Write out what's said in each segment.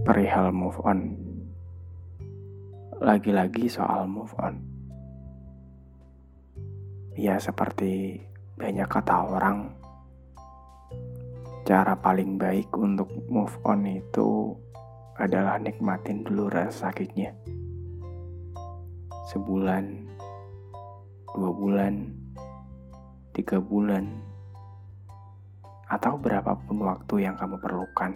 Perihal move on. Lagi-lagi soal move on. Ya seperti banyak kata orang, cara paling baik untuk move on itu adalah nikmatin dulu rasa sakitnya. Sebulan, 2 bulan, 3 bulan, atau berapapun waktu yang kamu perlukan.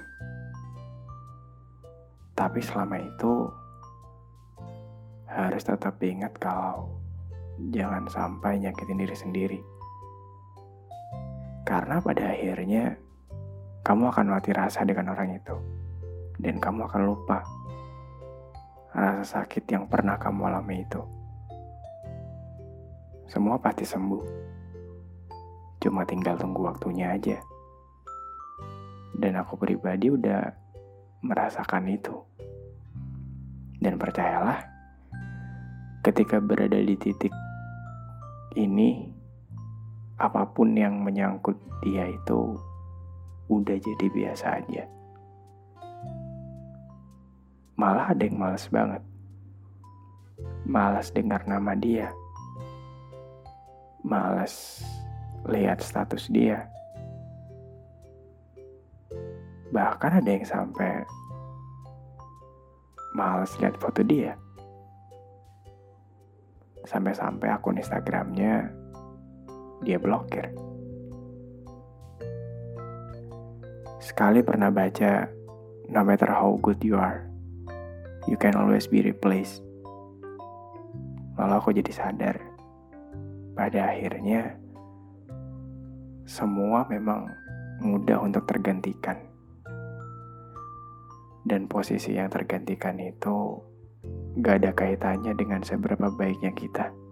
Tapi selama itu harus tetap ingat kalau jangan sampai nyakitin diri sendiri. Karena pada akhirnya kamu akan mati rasa dengan orang itu. Dan kamu akan lupa rasa sakit yang pernah kamu alami itu. Semua pasti sembuh. Cuma tinggal tunggu waktunya aja. Dan aku pribadi udah merasakan itu. Dan percayalah, ketika berada di titik ini, apapun yang menyangkut dia itu udah jadi biasa aja. Malah ada yang malas banget. Malas dengar nama dia. Malas lihat status dia. Bahkan ada yang sampai malas lihat foto dia. Sampai-sampai akun Instagramnya dia blokir. Sekali pernah baca, no matter how good you are, you can always be replaced. Lalu aku jadi sadar, pada akhirnya semua memang mudah untuk tergantikan. Dan posisi yang tergantikan itu gak ada kaitannya dengan seberapa baiknya kita.